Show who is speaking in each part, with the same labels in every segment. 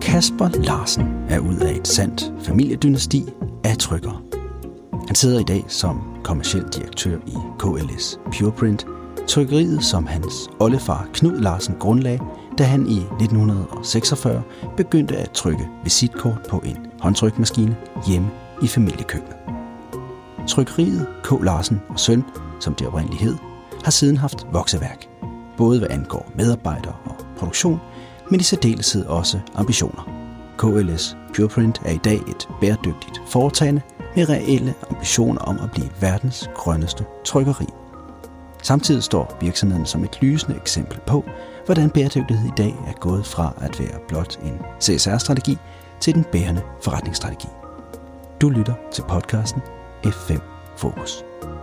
Speaker 1: Kasper Larsen er ud af et sandt familiedynasti af trykkere. Han sidder i dag som kommerciel direktør i KLS Pureprint, trykkeriet, som hans oldefar Knud Larsen grundlagde, da han i 1946 begyndte at trykke visitkort på en håndtrykmaskine hjemme i familiekøkkenet. Trykkeriet K. Larsen og Søn, som det oprindeligt hed, har siden haft vokseværk, både hvad angår medarbejdere og produktion, men i særdeleshed også ambitioner. KLS Pureprint er i dag et bæredygtigt foretagende med reelle ambitioner om at blive verdens grønneste trykkeri. Samtidig står virksomheden som et lysende eksempel på, hvordan bæredygtighed i dag er gået fra at være blot en CSR-strategi til den bærende forretningsstrategi. Du lytter til podcasten F5 Fokus.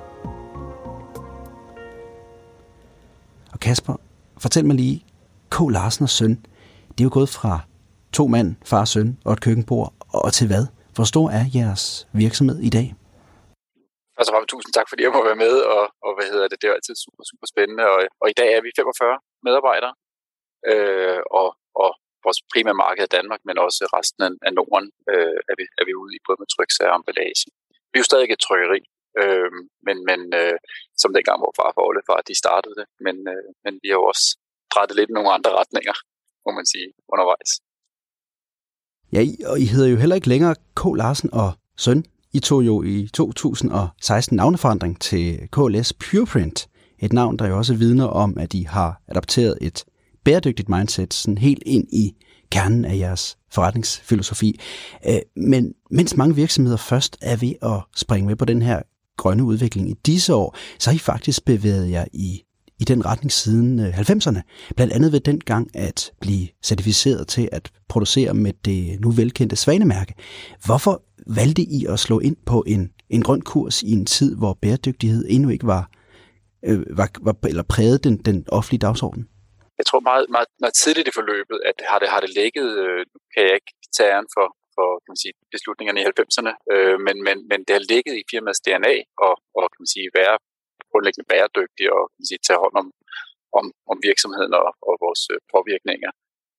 Speaker 1: Og Kasper, fortæl mig lige, K. Larsen og Søn, det er jo gået fra 2 mand, far og søn og et køkkenbord, og til hvad? Hvor stor er jeres virksomhed i dag?
Speaker 2: Først og fremmest tusind tak, fordi jeg må være med, og det er jo altid super, super spændende, og i dag er vi 45 medarbejdere, og vores primære marked er Danmark, men også resten af Norden er vi ude i, både med tryksager og emballage. Vi er jo stadig et trykkeri, men som dengang hvor far og oldefar, de startede det, men vi har jo også drejet lidt i nogle andre retninger, må man sige, undervejs.
Speaker 1: Ja, og I hedder jo heller ikke længere K. Larsen og Søn. I tog jo i 2016 navneforandring til KLS Pureprint. Et navn, der jo også vidner om, at I har adopteret et bæredygtigt mindset sådan helt ind i kernen af jeres forretningsfilosofi. Men mens mange virksomheder først er ved at springe med på den her grønne udvikling i disse år, så har I faktisk bevæget jer i den retning siden 90'erne. Blandt andet ved den gang at blive certificeret til at producere med det nu velkendte Svanemærke. Hvorfor valgte I at slå ind på en grøn kurs i en tid, hvor bæredygtighed endnu ikke var eller prægede den offentlige dagsorden?
Speaker 2: Jeg tror meget tidligt i forløbet, at har det ligget, nu kan jeg ikke tage æren for kan man sige, beslutningerne i 90'erne, men det har ligget i firmaets DNA og kan man sige, være grundlæggende bæredygtig og kan man sige, tage hånd om virksomheden og vores påvirkninger.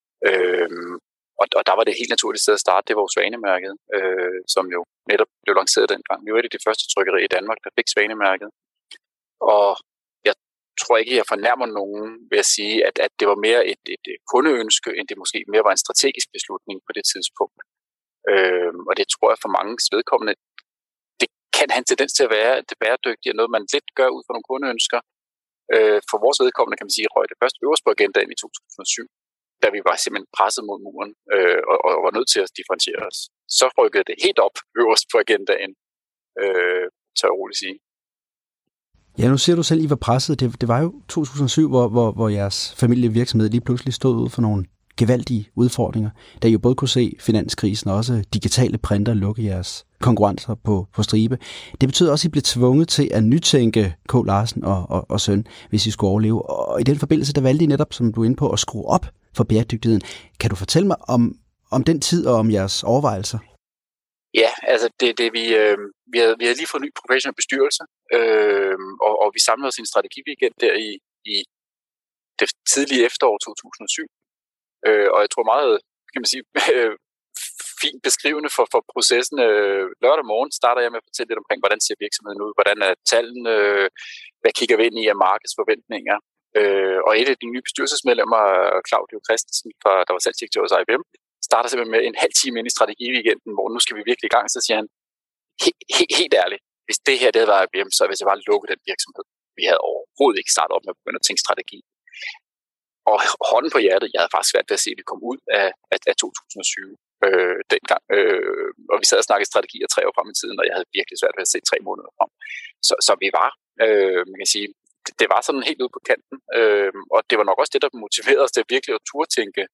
Speaker 2: Og der var det helt naturligt sted at starte, det var jo Svanemærket, som jo netop blev lanceret dengang. Vi var et af de første trykkerier i Danmark, der fik Svanemærket. Og jeg tror ikke, jeg fornærmer nogen ved at sige, at det var mere et kundeønske, end det måske mere var en strategisk beslutning på det tidspunkt. Og det tror jeg for mange vedkommende, det kan have en tendens til at være, at det bæredygtige er noget, man lidt gør ud fra nogle kundeønsker. For vores vedkommende kan man sige, røg det først øverst på agendaen i 2007, da vi var simpelthen presset mod muren og var nødt til at differentiere os. Så rykkede det helt op øverst på agendaen, tør jeg roligt sige.
Speaker 1: Ja, nu siger du selv, I var presset. Det var jo 2007, hvor jeres familievirksomhed lige pludselig stod ud for nogle gevaldige udfordringer, da I jo både kunne se finanskrisen og også digitale printer lukke jeres konkurrencer på stribe. Det betyder også, at I blev tvunget til at nytænke K. Larsen og Søn, hvis I skulle overleve. Og i den forbindelse, der valgte I netop, som du er inde på, at skrue op for bæredygtigheden. Kan du fortælle mig om den tid og om jeres overvejelser?
Speaker 2: Ja, altså vi havde lige fået en ny professionel bestyrelse, og vi samlede os i en strategiweekend der i det tidlige efterår 2007. Og jeg tror meget, kan man sige, fint beskrivende for processen. Lørdag morgen starter jeg med at fortælle lidt omkring, hvordan ser virksomheden ud, hvordan er tallene, hvad kigger vi ind i af markedsforventninger. Og et af de nye bestyrelsesmedlemmer, Claudio Christensen, der var salgsdirektør hos IBM, starter simpelthen med en halv time ind i strategiweekenden, hvor nu skal vi virkelig i gang. Så siger han, helt ærligt, hvis det her det havde været IBM, så hvis jeg bare lukke den virksomhed. Vi havde overhovedet ikke startet op med at begynde at tænke strategi. Og hånden på hjertet, jeg havde faktisk svært ved at se, at vi kom ud af 2020 dengang. Og vi sad og snakkede strategier 3 år frem i tiden, og jeg havde virkelig svært ved at se 3 måneder frem. Så vi var, man kan sige, det var sådan helt ude på kanten. Og det var nok også det, der motiverede os til at virkelig at turde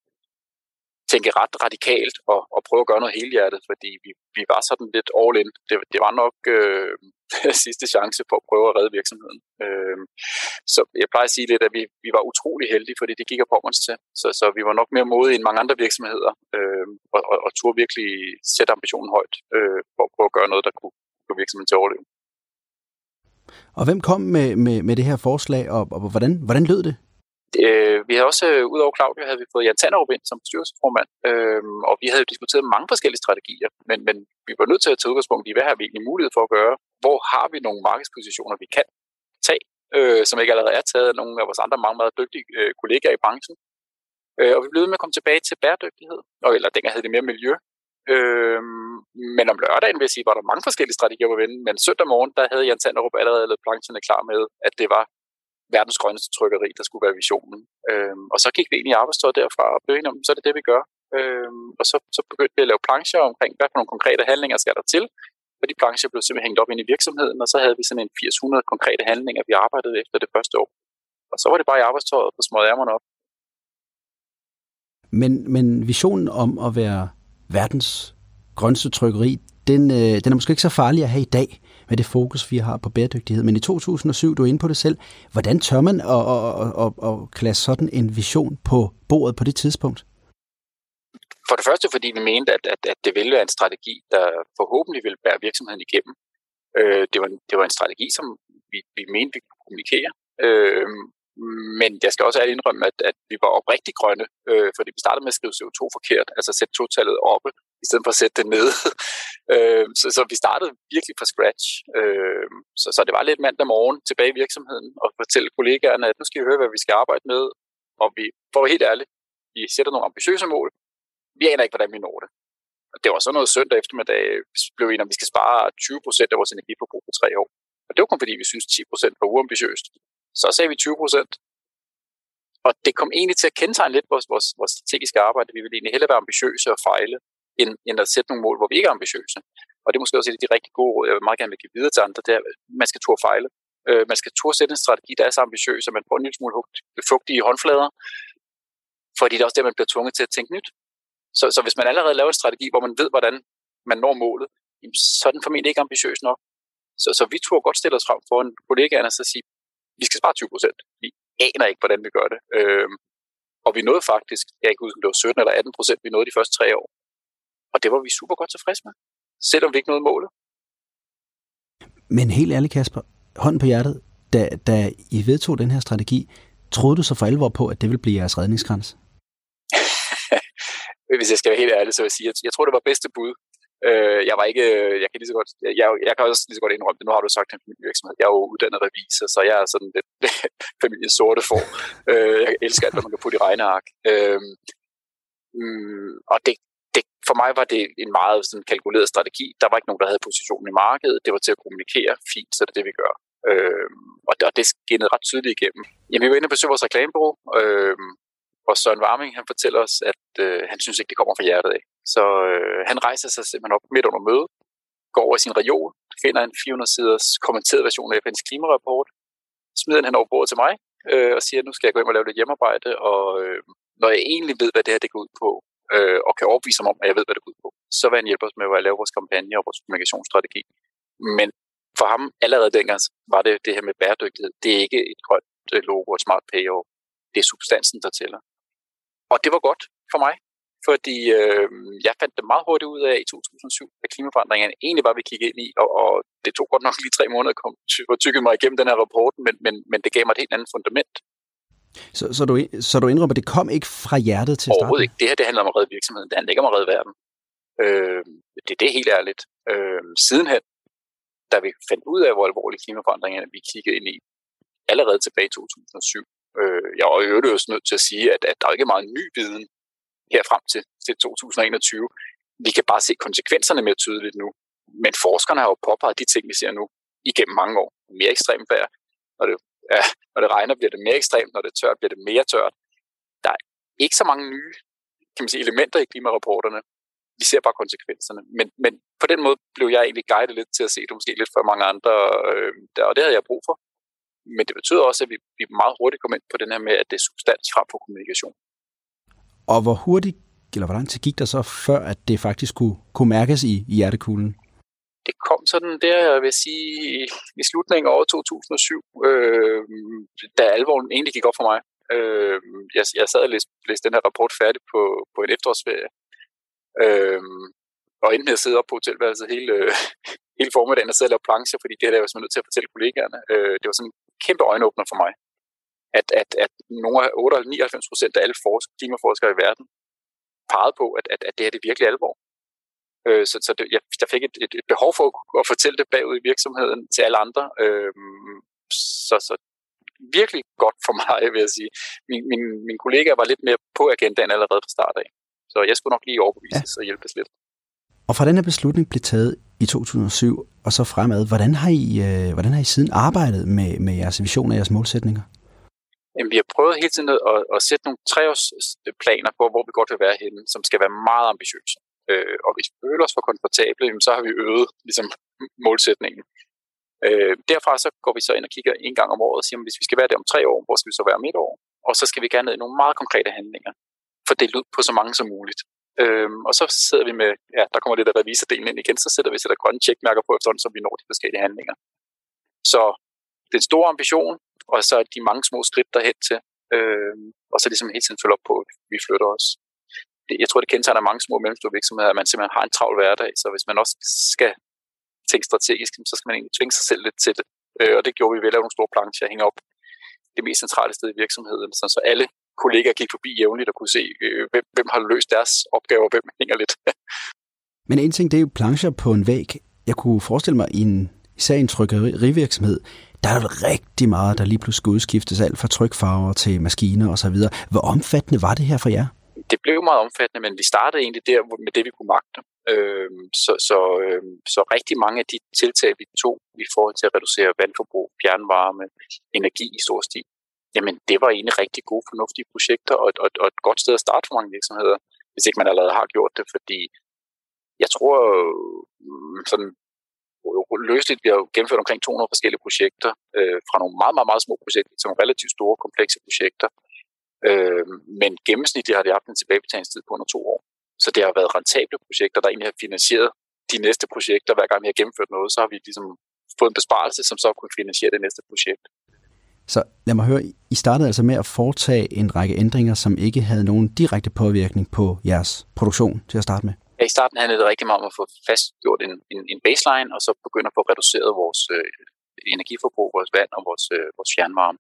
Speaker 2: tænke ret radikalt og prøve at gøre noget helhjertet, fordi vi var sådan lidt all in. Det var nok sidste chance på at prøve at redde virksomheden. Så jeg plejer at sige lidt, at vi var utrolig heldige, fordi det gik af pommers til. Så vi var nok mere modige end mange andre virksomheder, og turde virkelig sætte ambitionen højt for at prøve at gøre noget, der kunne få virksomheden til at overleve.
Speaker 1: Og hvem kom med det her forslag, og hvordan lød det?
Speaker 2: Vi havde også, udover Claudia, havde vi fået Jan Tanderup ind som bestyrelsesformand, og vi havde jo diskuteret mange forskellige strategier, men vi var nødt til at tage udgangspunkt i, hvad har vi egentlig mulighed for at gøre? Hvor har vi nogle markedspositioner, vi kan tage, som ikke allerede er taget af nogle af vores andre meget, meget dygtige kollegaer i branchen? Og vi blev ved med at komme tilbage til bæredygtighed, eller dengang hed det mere miljø. Men om lørdagen, vil jeg sige, var der mange forskellige strategier på vende, men søndag morgen, der havde Jan Tanderup allerede lavet plancherne klar med, at det var verdens grønneste trykkeri, der skulle være visionen. Og så gik vi ind i arbejdstøjet derfra og blev enige om, så er det det, vi gør. Og så begyndte vi at lave plancher omkring, hvad for nogle konkrete handlinger skal der til. Og de plancher blev simpelthen hængt op ind i virksomheden, og så havde vi sådan en 800 konkrete handlinger, vi arbejdede efter det første år. Og så var det bare i arbejdstøjet og smøget ærmerne op.
Speaker 1: Men visionen om at være verdens grønneste trykkeri, den er måske ikke så farlig at have i dag, med det fokus, vi har på bæredygtighed. Men i 2007, du er inde på det selv, hvordan tør man at klasse sådan en vision på bordet på det tidspunkt?
Speaker 2: For det første, fordi vi mente, at det ville være en strategi, der forhåbentlig ville bære virksomheden igennem. Det var en strategi, som vi mente, vi kunne kommunikere. Men jeg skal også ærligt indrømme, at vi var oprigtigt grønne, fordi vi startede med at skrive CO2 forkert, altså sætte totallet oppe, i stedet for at sætte det ned. Så vi startede virkelig fra scratch. Så det var lidt mandag morgen tilbage i virksomheden og fortælle kollegaerne, at nu skal vi høre, hvad vi skal arbejde med. Og vi, for at være helt ærligt, vi sætter nogle ambitiøse mål. Vi aner ikke, hvordan vi når det. Og det var så noget søndag eftermiddag, blev vi enige om, at vi skal spare 20% af vores energiforbrug på 3 år. Og det var kun fordi, vi synes 10% var uambitiøst. Så sagde vi 20%. Og det kom egentlig til at kendetegne lidt vores strategiske arbejde. Vi ville egentlig hellere være ambitiøse og fejle, end at sætte nogle mål, hvor vi ikke er ambitiøse. Og det er måske også et af de rigtig gode råd, jeg vil meget gerne vil give videre til andre, det er, at man skal turde fejle. Man skal turde sætte en strategi, der er så ambitiøs, at man får en lille smule fugtige håndflader, fordi det er også det, man bliver tvunget til at tænke nyt. Så hvis man allerede laver en strategi, hvor man ved, hvordan man når målet, så er den formentlig ikke ambitiøs nok. Så vi turde godt stille os frem for en kollegaerne og så sige, vi skal spare 20%. Vi aner ikke, hvordan vi gør det. Og vi nåede faktisk, jeg kan ikke huske, om det var 17 eller 18%, vi nåede de første 3 år. Og det var vi super godt tilfredse med, selvom vi ikke nåede målet.
Speaker 1: Men helt ærligt, Kasper, hånden på hjertet, da I vedtog den her strategi, troede du så for alvor på, at det ville blive jeres redningskrans?
Speaker 2: Hvis jeg skal være helt ærlig, så vil jeg sige, at jeg tror, det var bedste bud. Jeg kan lige så godt, jeg kan også lige så godt indrømme det. Nu har du sagt en familievirksomhed. Jeg er jo uddannet revisor, så jeg er sådan lidt familiens sorte får. Jeg elsker alt, hvad man kan putte i regneark. Og det, for mig var det en meget sådan kalkuleret strategi. Der var ikke nogen, der havde positionen i markedet. Det var til at kommunikere fint, så det er det, vi gør. Og det skinnede ret tydeligt igennem. Jamen, vi var inde og besøge vores reklamebureau, og Søren Warming, han fortæller os, at han synes ikke, det kommer fra hjertet af. Så han rejser sig simpelthen op midt under mødet, går over i sin reol, finder en 400-siders kommenteret version af FN's klimarapport, smider den hen over bordet til mig, og siger, at nu skal jeg gå ind og lave lidt hjemmearbejde, og når jeg egentlig ved, hvad det her det går ud på, og kan overbevise mig om, at jeg ved, hvad det går ud på, så vil han hjælpe os med at lave vores kampagne og vores kommunikationsstrategi. Men for ham allerede dengang var det her med bæredygtighed. Det er ikke et grønt logo og et smart payoff. Det er substansen, der tæller. Og det var godt for mig, fordi jeg fandt det meget hurtigt ud af i 2007, at klimaforandringerne egentlig var, vi kiggede ind i, og det tog godt nok lige 3 måneder at tykke mig igennem den her rapport, men det gav mig et helt andet fundament.
Speaker 1: Så du indrømmer, at det kom ikke fra hjertet til starten?
Speaker 2: Overhovedet ikke. Det her det handler om at redde virksomheden. Det handler ikke om at redde verden. Det er helt ærligt. Sidenhen, da vi fandt ud af, hvor alvorlige klimaforandringerne vi kiggede ind i, allerede tilbage i 2007, jeg var jo også nødt til at sige, at der er ikke meget ny viden her frem til 2021. Vi kan bare se konsekvenserne mere tydeligt nu. Men forskerne har jo påpeget de ting, vi ser nu igennem mange år. Mere ekstremt vejr. Når det regner, bliver det mere ekstremt. Når det er tørt, bliver det mere tørt. Der er ikke så mange nye elementer i klimarapporterne. Vi ser bare konsekvenserne. Men på den måde blev jeg egentlig guidet lidt til at se det måske lidt for mange andre. Og det havde jeg brug for. Men det betyder også, at vi meget hurtigt kom ind på den her med, at det er substans frem for kommunikation.
Speaker 1: Og hvor hurtigt, eller hvor lang tid gik der så, før at det faktisk kunne mærkes i hjertekuglen?
Speaker 2: Det kom sådan der, jeg vil sige, i slutningen af året 2007, da alvoren egentlig gik op for mig. Jeg sad og læste den her rapport færdig på en efterårsferie, og endte med at sidde op på hotelværelset hele formiddagen og sidde og lave plancher, fordi det her der var jeg nødt til at fortælle kollegaerne. Det var sådan en kæmpe øjenåbner for mig, at nogle af 98% af alle klimaforskere i verden pegede på, at det er det virkelig alvor. Så der fik et behov for at fortælle det bagud i virksomheden til alle andre. Så virkelig godt for mig, vil jeg sige. Min kollega var lidt mere på agendaen allerede fra start af. Så jeg skulle nok lige overbevises og hjælpes lidt.
Speaker 1: Og fra den her beslutning blev taget i 2007 og så fremad, hvordan har I siden arbejdet med jeres vision og jeres målsætninger?
Speaker 2: Jamen, vi har prøvet hele tiden at sætte nogle 3-årsplaner på, hvor vi godt vil være henne, som skal være meget ambitiøse. Og hvis vi føler os for komfortable, så har vi øget ligesom, målsætningen. Derfra så går vi så ind og kigger en gang om året og siger, at hvis vi skal være der om 3 år, hvor skal vi så være om 1 år? Og så skal vi gerne ned i nogle meget konkrete handlinger, fordelt ud på så mange som muligt. Og så sidder vi med, der kommer det der revisordelen ind igen, så sætter grønne checkmærker på, efterhånden, så vi når de forskellige handlinger. Så det er en stor ambition, og så de mange små skridt derhen til, og så ligesom hele tiden følger op på, at vi flytter os. Jeg tror, det kendetegner mange små og mellemstore virksomheder, at man simpelthen har en travl hverdag, så hvis man også skal tænke strategisk, så skal man egentlig tvinge sig selv lidt til det. Og det gjorde vi ved at lave nogle store plancher og hænge op det mest centrale sted i virksomheden, så alle kollegaer gik forbi jævnligt og kunne se, hvem har løst deres opgaver, hvem hænger lidt.
Speaker 1: Men en ting, det er jo plancher på en væg. Jeg kunne forestille mig, især i en trykkerivirksomhed, der er jo rigtig meget, der lige pludselig skal udskiftes, alt fra trykfarver til maskiner osv. Hvor omfattende var det her for jer?
Speaker 2: Det blev meget omfattende, men vi startede egentlig der med det, vi kunne magte. Så rigtig mange af de tiltag, vi tog i forhold til at reducere vandforbrug, fjernvarme, energi i stor stil, jamen det var egentlig rigtig gode, fornuftige projekter og et godt sted at starte for mange virksomheder, hvis ikke man allerede har gjort det, fordi jeg tror sådan løsligt, vi har gennemført omkring 200 forskellige projekter, fra nogle meget, meget, meget små projekter til nogle relativt store, komplekse projekter. Men gennemsnitligt har det haft en tilbagebetalingstid på under 2 år. Så det har været rentable projekter, der egentlig har finansieret de næste projekter. Hver gang vi har gennemført noget, så har vi ligesom fået en besparelse, som så kunne finansiere det næste projekt.
Speaker 1: Så lad mig høre, I startede altså med at foretage en række ændringer, som ikke havde nogen direkte påvirkning på jeres produktion til at starte med?
Speaker 2: Ja, i starten handlede det rigtig meget om at få fastgjort en baseline, og så begynde at få reduceret vores energiforbrug, vores vand og vores fjernvarme.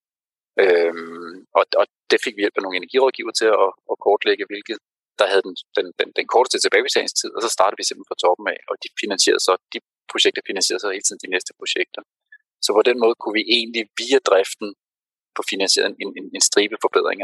Speaker 2: Og det fik vi hjælp af nogle energirådgiver til at kortlægge, hvilket der havde den korteste tilbagebetalingstid, og så startede vi simpelthen fra toppen af, og de projekter finansierede så hele tiden de næste projekter. Så på den måde kunne vi egentlig via driften få finansieret en stribe forbedringer,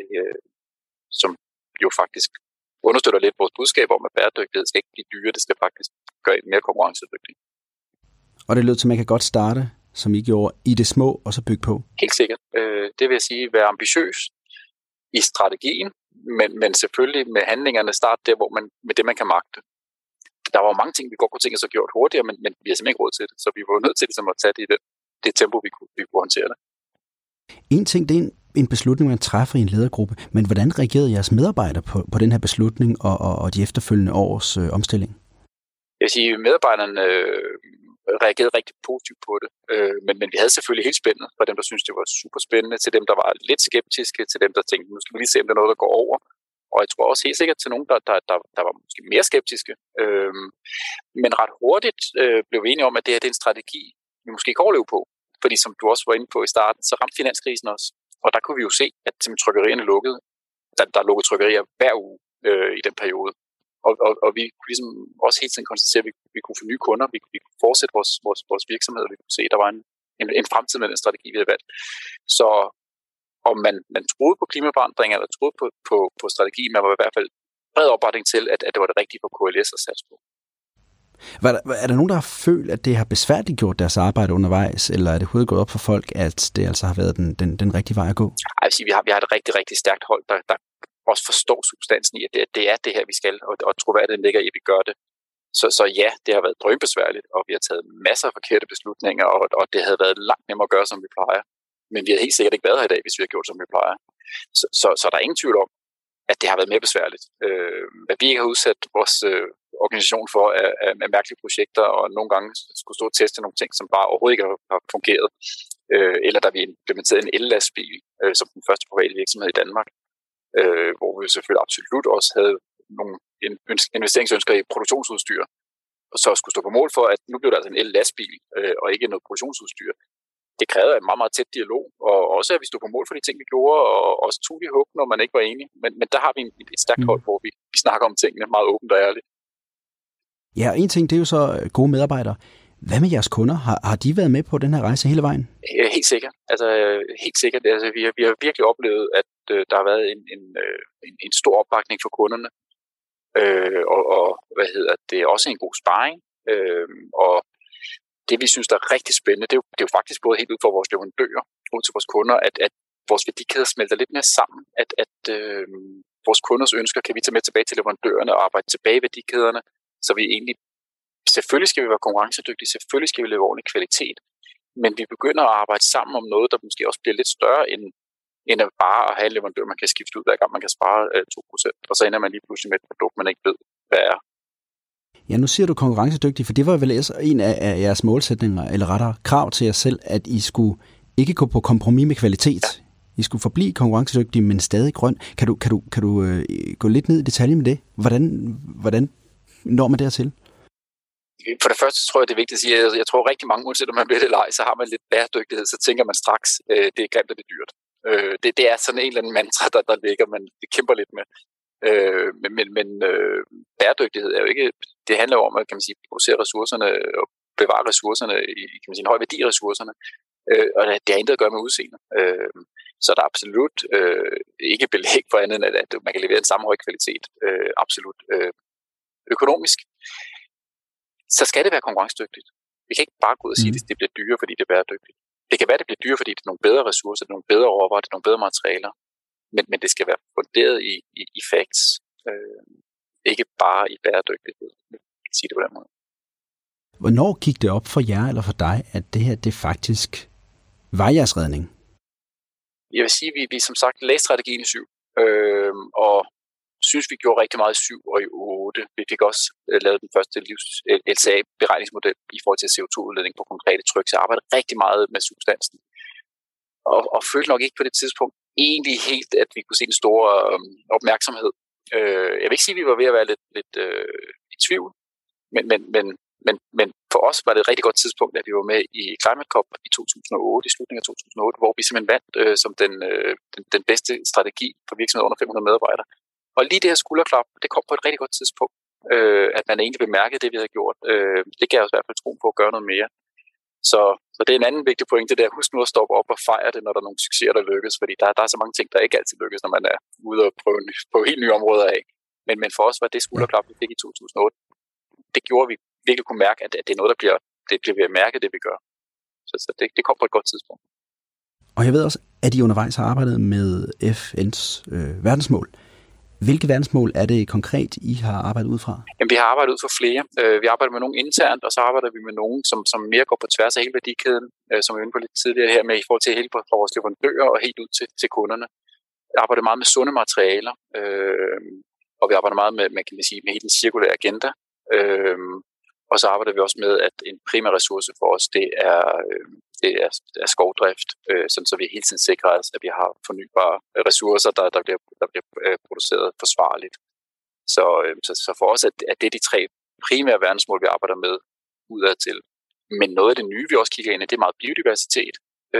Speaker 2: som jo faktisk understøtter lidt vores budskab om, at bæredygtighed skal ikke blive dyre, det skal faktisk gøre det mere konkurrencedygtigt. Og
Speaker 1: det lød til, at man kan godt starte, som I gjorde, i det små, og så bygge på?
Speaker 2: Helt sikkert. Det vil jeg sige, være ambitiøs i strategien, men selvfølgelig med handlingerne starte der, hvor man med det, man kan magte. Der var mange ting, vi godt kunne tænke os at gjort hurtigere, men vi har simpelthen ikke råd til det, så vi var nødt til ligesom at tage det i det tempo, vi kunne håndtere det.
Speaker 1: En ting, det er en beslutning, man træffer i en ledergruppe, men hvordan reagerede jeres medarbejdere på den her beslutning og de efterfølgende års omstilling?
Speaker 2: Jeg vil sige, medarbejderne reagerede rigtig positivt på det, men vi havde selvfølgelig helt spændende fra dem, der syntes, det var super spændende, til dem, der var lidt skeptiske, til dem, der tænkte, nu skal vi lige se, om der er noget, der går over. Og jeg tror også helt sikkert til nogen, der var måske mere skeptiske. Men ret hurtigt blev vi enige om, at det her det er en strategi, vi måske kan overleve på. Fordi som du også var inde på i starten, så ramte finanskrisen også. Og der kunne vi jo se, at trykkerierne lukkede. Der lukkede trykkerier hver uge i den periode. Og vi kunne ligesom også hele tiden konstatere, at vi kunne få nye kunder, vi kunne fortsætte vores virksomheder, vi kunne se, at der var en fremtid med den strategi, vi havde valgt. Så om man troede på klimaforandringer, eller troede på strategi, man var i hvert fald bred opbakning til, at det var det rigtige for KLS at satse på.
Speaker 1: Er der nogen, der har følt, at det har besværligt gjort deres arbejde undervejs, eller er det overhovedet gået op for folk, at det altså har været den rigtige vej at gå?
Speaker 2: Jeg vil sige, vi har et rigtig, rigtig stærkt hold, der også forstår substansen i, at det er det her, vi skal, og troværdigheden ligger i, at vi gør det. Så ja, det har været drømbesværligt, og vi har taget masser af forkerte beslutninger, og det havde været langt nemmere at gøre, som vi plejer. Men vi havde helt sikkert ikke været her i dag, hvis vi havde gjort, som vi plejer. Så der er ingen tvivl om, at det har været mere besværligt. At vi ikke har udsat vores organisation for af mærkelige projekter, og nogle gange skulle stå og teste nogle ting, som bare overhovedet ikke har fungeret. Eller da vi implementerede en el-lastbil som den første private virksomhed i Danmark, hvor vi selvfølgelig absolut også havde nogle investeringsønsker i produktionsudstyr, og så skulle stå på mål for, at nu blev der altså en el-lastbil og ikke noget produktionsudstyr. det krævede en meget, meget tæt dialog, og også at vi stod på mål for de ting, vi gjorde, og også tog de hug, når man ikke var enige. Men der har vi et stærkt hold, hvor vi snakker om tingene meget åbent og ærligt.
Speaker 1: Ja, en ting, det er jo så gode medarbejdere. Hvad med jeres kunder? Har de været med på den her rejse hele vejen?
Speaker 2: Helt sikkert. Helt sikkert. Vi har virkelig oplevet, at der har været en stor opbakning for kunderne. Og det er også en god sparring. Og det, vi synes, der er rigtig spændende, det er jo faktisk både helt ud for vores leverandører, ud til vores kunder, at vores værdikæder smelter lidt mere sammen. At vores kunders ønsker kan vi tage med tilbage til leverandørerne og arbejde tilbage i værdikæderne, så vi egentlig selvfølgelig skal vi være konkurrencedygtige, selvfølgelig skal vi leve ordentlig kvalitet, men vi begynder at arbejde sammen om noget, der måske også bliver lidt større end at bare at have en leverandør, man kan skifte ud, hver gang man kan spare 2%, og så ender man lige pludselig med et produkt, man ikke ved, hvad er.
Speaker 1: Ja, nu siger du konkurrencedygtig, for det var vel en af jeres målsætninger, eller rettere krav til jer selv, at I skulle ikke gå på kompromis med kvalitet. Ja. I skulle forblive konkurrencedygtige, men stadig grøn. Kan du gå lidt ned i detaljen med det? Hvordan når man dertil?
Speaker 2: For det første tror jeg, det er vigtigt at sige, at jeg tror rigtig mange, uanset om man bliver det eller ej, så har man lidt bæredygtighed, så tænker man straks, det er grimt og det er dyrt. Det er sådan en eller anden mantra, der ligger, man kæmper lidt med. Men bæredygtighed er jo ikke, det handler jo om at, kan man sige, producere ressourcerne og bevare ressourcerne i, kan man sige, en høj værdi af ressourcerne. Og det har intet at gøre med udseende. Så der er absolut ikke belæg for andet, end at man kan levere en samme høj kvalitet. Absolut økonomisk. Så skal det være konkurrencedygtigt. Vi kan ikke bare gå ud og sige, at det bliver dyrere, fordi det er bæredygtigt. Det kan være, at det bliver dyrere, fordi det er nogle bedre ressourcer, det er nogle bedre råvarer, det er nogle bedre materialer. Men det skal være funderet i facts. Ikke bare i bæredygtighed. Jeg kan sige det på den måde.
Speaker 1: Hvornår gik det op for jer eller for dig, at det her det faktisk var jeres redning?
Speaker 2: Jeg vil sige, at vi som sagt lagde strategien i 7. Og synes, vi gjorde rigtig meget i 7 og i 8. Vi fik også lavet den første LCA-beregningsmodel i forhold til CO2-udledning på konkrete tryk, så jeg arbejdede rigtig meget med substansen. Og følte nok ikke på det tidspunkt egentlig helt, at vi kunne se en stor opmærksomhed. Jeg vil ikke sige, at vi var ved at være lidt i tvivl, men for os var det et rigtig godt tidspunkt, at vi var med i Climate Cup i 2008, i slutningen af 2008, hvor vi simpelthen vandt som den bedste strategi for virksomheder under 500 medarbejdere. Og lige det her skulderklap, det kom på et rigtig godt tidspunkt, at man egentlig bemærkede det, vi havde gjort. Det gav os i hvert fald tro på at gøre noget mere. Så det er en anden vigtig pointe, det er, husk nu at stoppe op og fejre det, når der er nogle succeser, der lykkes, fordi der er så mange ting, der ikke altid lykkes, når man er ude og prøve på helt nye områder af. Men for os var det skulderklap, vi fik i 2008, det gjorde, at vi virkelig kunne mærke, at det er noget, der bliver mærket, det vi gør. Så det kom på et godt tidspunkt.
Speaker 1: Og jeg ved også, at I undervejs har arbejdet med FN's verdensmål. Hvilke verdensmål er det konkret, I har arbejdet ud fra?
Speaker 2: Jamen, vi har arbejdet ud for flere. Vi arbejder med nogle internt, og så arbejder vi med nogle, som mere går på tværs af hele værdikæden, som vi var inde på lidt tidligere her, med i forhold til hele fra vores leverandører og helt ud til kunderne. Vi arbejder meget med sunde materialer, og vi arbejder meget med, kan man sige, med hele den cirkulære agenda. Og så arbejder vi også med, at en primær ressource for os, det er skovdrift, sådan så vi hele tiden sikrer os, at vi har fornybare ressourcer, der bliver produceret forsvarligt. Så for os er det de 3 primære verdensmål, vi arbejder med udadtil. Men noget af det nye, vi også kigger ind i, det er meget biodiversitet,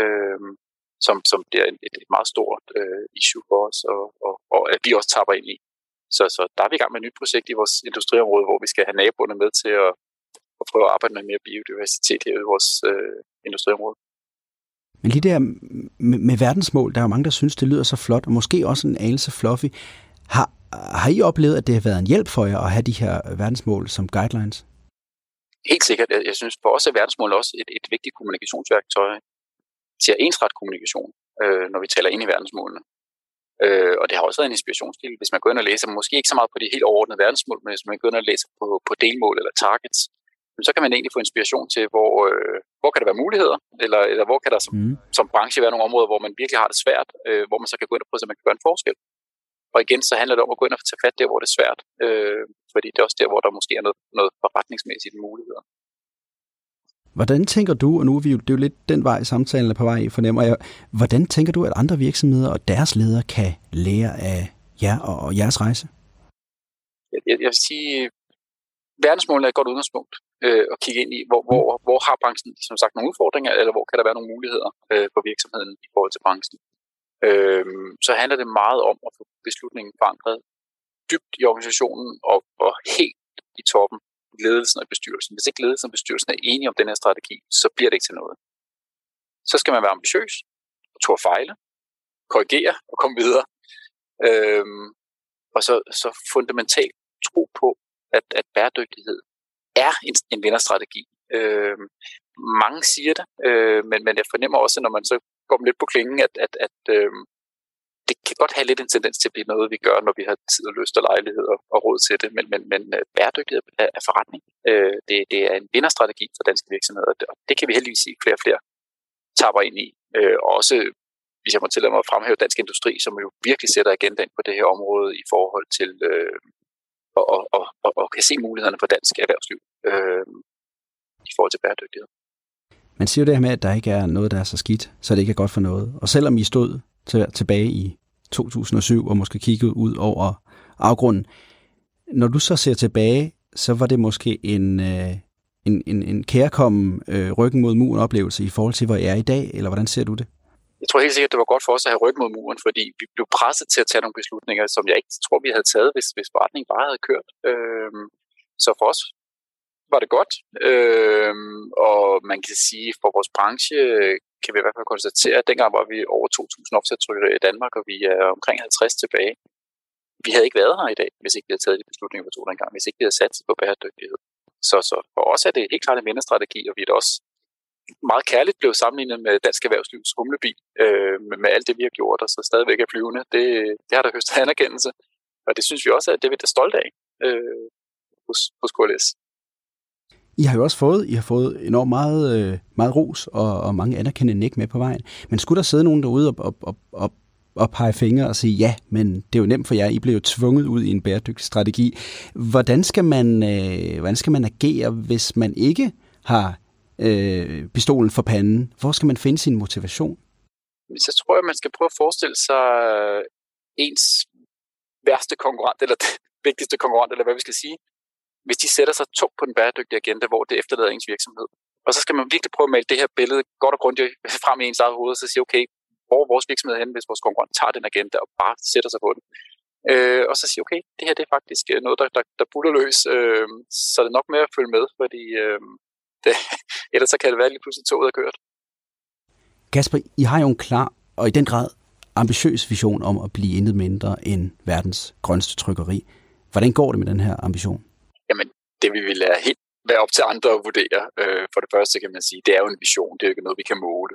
Speaker 2: som bliver et meget stort issue for os, og at vi også tapper ind i. Så der er vi i gang med et nyt projekt i vores industriområde, hvor vi skal have naboerne med til at prøve at arbejde med mere biodiversitet her i vores industriområde.
Speaker 1: Men lige der med verdensmål, der er jo mange, der synes, det lyder så flot, og måske også en anelse fluffy. Har I oplevet, at det har været en hjælp for jer at have de her verdensmål som guidelines?
Speaker 2: Helt sikkert. Jeg synes for os er verdensmål også et vigtigt kommunikationsværktøj til at ensrette kommunikation, når vi taler ind i verdensmålene. Og det har også været en inspirationskilde, hvis man går ind og læser, måske ikke så meget på de helt overordnede verdensmål, men hvis man går ind og læser på delmål eller targets, så kan man egentlig få inspiration til, hvor kan der være muligheder, eller hvor kan der som branche være nogle områder, hvor man virkelig har det svært, hvor man så kan gå ind og prøve, så man kan gøre en forskel. Og igen, så handler det om at gå ind og tage fat der, hvor det er svært, fordi det er også der, hvor der måske er noget forretningsmæssigt muligheder.
Speaker 1: Hvordan tænker du, og nu er det er jo lidt den vej, samtalen er på vej, fornemmer jeg, hvordan tænker du, at andre virksomheder og deres ledere kan lære af jer og jeres rejse?
Speaker 2: Jeg vil sige, verdensmålene er et godt udgangspunkt. og kigge ind i, hvor har branchen som sagt nogle udfordringer, eller hvor kan der være nogle muligheder for virksomheden i forhold til branchen. Så handler det meget om at få beslutningen forankret dybt i organisationen og helt i toppen, ledelsen og bestyrelsen. Hvis ikke ledelsen og bestyrelsen er enige om den her strategi, så bliver det ikke til noget. Så skal man være ambitiøs og turde fejle, korrigere og komme videre. Og så fundamentalt tro på, at bæredygtighed er en vinderstrategi. Mange siger det, men jeg fornemmer også, når man så går lidt på klingen, at det kan godt have lidt en tendens til at blive noget, vi gør, når vi har tid og lyst og lejlighed og råd til det, men bæredygtighed er forretning. Det er en vinderstrategi for danske virksomheder, og det kan vi heldigvis se flere og flere tapper ind i. Også, hvis jeg må tillade mig at fremhæve dansk industri, som jo virkelig sætter agendaen på det her område i forhold til og kan se mulighederne for dansk erhvervsliv i forhold til bæredygtighed.
Speaker 1: Man siger jo det her med, at der ikke er noget, der er så skidt, så det ikke er godt for noget. Og selvom I stod tilbage i 2007 og måske kiggede ud over afgrunden, når du så ser tilbage, så var det måske en kærkommen ryggen mod muren oplevelse i forhold til, hvor I er i dag, eller hvordan ser du det?
Speaker 2: Jeg tror helt sikkert, det var godt for os at have ryggen mod muren, fordi vi blev presset til at tage nogle beslutninger, som jeg ikke tror, vi havde taget, hvis forretningen bare havde kørt. Så for os var det godt, og man kan sige, for vores branche kan vi i hvert fald konstatere, at dengang var vi over 2.000 opsatstrykkere i Danmark, og vi er omkring 50 tilbage. Vi havde ikke været her i dag, hvis ikke vi havde taget de beslutninger, vi tog dengang, hvis ikke vi havde sat på bæredygtighed. Så for os er det helt klart en vinderstrategi, og vi er også meget kærligt blev sammenlignet med dansk erhvervslivs humlebil, med alt det, vi har gjort, og så stadigvæk er flyvende. Det har der høstet anerkendelse, og det synes vi også, at det er vi da stolte af hos KLS.
Speaker 1: I har jo også fået enormt meget ros og mange anerkendende nik med på vejen. Men skulle der sidde nogen derude og pege fingre og sige, ja, men det er jo nemt for jer, I blev jo tvunget ud i en bæredygtig strategi. Hvordan skal man agere, hvis man ikke har pistolen for panden? Hvor skal man finde sin motivation?
Speaker 2: Så tror jeg, man skal prøve at forestille sig ens værste konkurrent, eller det vigtigste konkurrent, eller hvad vi skal sige, hvis de sætter sig tungt på den bæredygtige agenda, hvor det efterlader ens virksomhed. Og så skal man virkelig prøve at male det her billede godt og grundigt frem i ens eget hoved, og så sige, okay, hvor er vores virksomhed hen, hvis vores konkurrent tager den agenda og bare sætter sig på den. Og så sige, okay, det her det er faktisk noget, der buller løs, så det er nok med at følge med, fordi ellers så kan det være lige pludselig toget er kørt.
Speaker 1: Kasper, I har jo en klar og i den grad ambitiøs vision om at blive intet mindre end verdens grønste trykkeri. Hvordan går det med den her ambition?
Speaker 2: Jamen, det vi vil helt være op til andre at vurdere. For det første kan man sige, det er jo en vision, det er jo ikke noget, vi kan måle.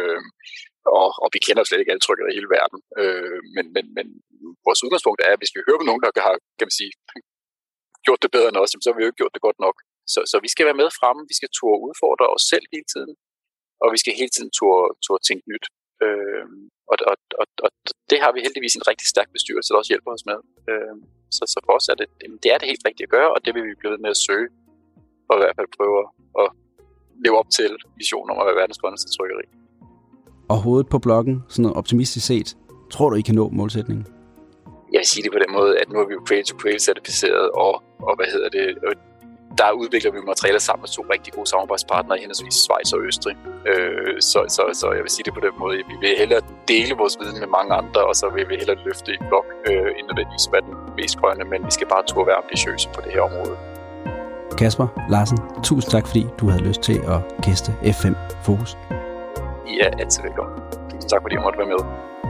Speaker 2: Og vi kender slet ikke alle trykkere i hele verden. Men vores udgangspunkt er, at hvis vi hører på nogen, der har, kan man sige, gjort det bedre end os, så har vi jo ikke gjort det godt nok. Så vi skal være med fremme, vi skal turde udfordre os selv hele tiden, og vi skal hele tiden turde tænke nyt. Og det har vi heldigvis en rigtig stærk bestyrelse, der også hjælper os med. Så for os er det er det helt rigtigt at gøre, og det vil vi blive ved med at søge, og i hvert fald prøve at leve op til visionen om at være verdens grønneste trykkeri.
Speaker 1: Og hovedet på blokken, sådan noget optimistisk set, tror du, I kan nå målsætningen?
Speaker 2: Jeg vil sige det på den måde, at nu er vi jo Cradle-to-Cradle certificeret, og der udvikler vi materialer sammen med 2 rigtig gode samarbejdspartnere i henholdsvis Schweiz og Østrig. Så jeg vil sige det på den måde, at vi vil hellere dele vores viden med mange andre, og så vil vi hellere løfte i blok, end nødvendigvis være den mest grønne, men vi skal bare turde være ambitiøse på det her område.
Speaker 1: Kasper Larsen, tusind tak, fordi du havde lyst til at gæste F5 Fokus.
Speaker 2: Ja, altid velkommen. Tusind tak, fordi jeg måtte være med.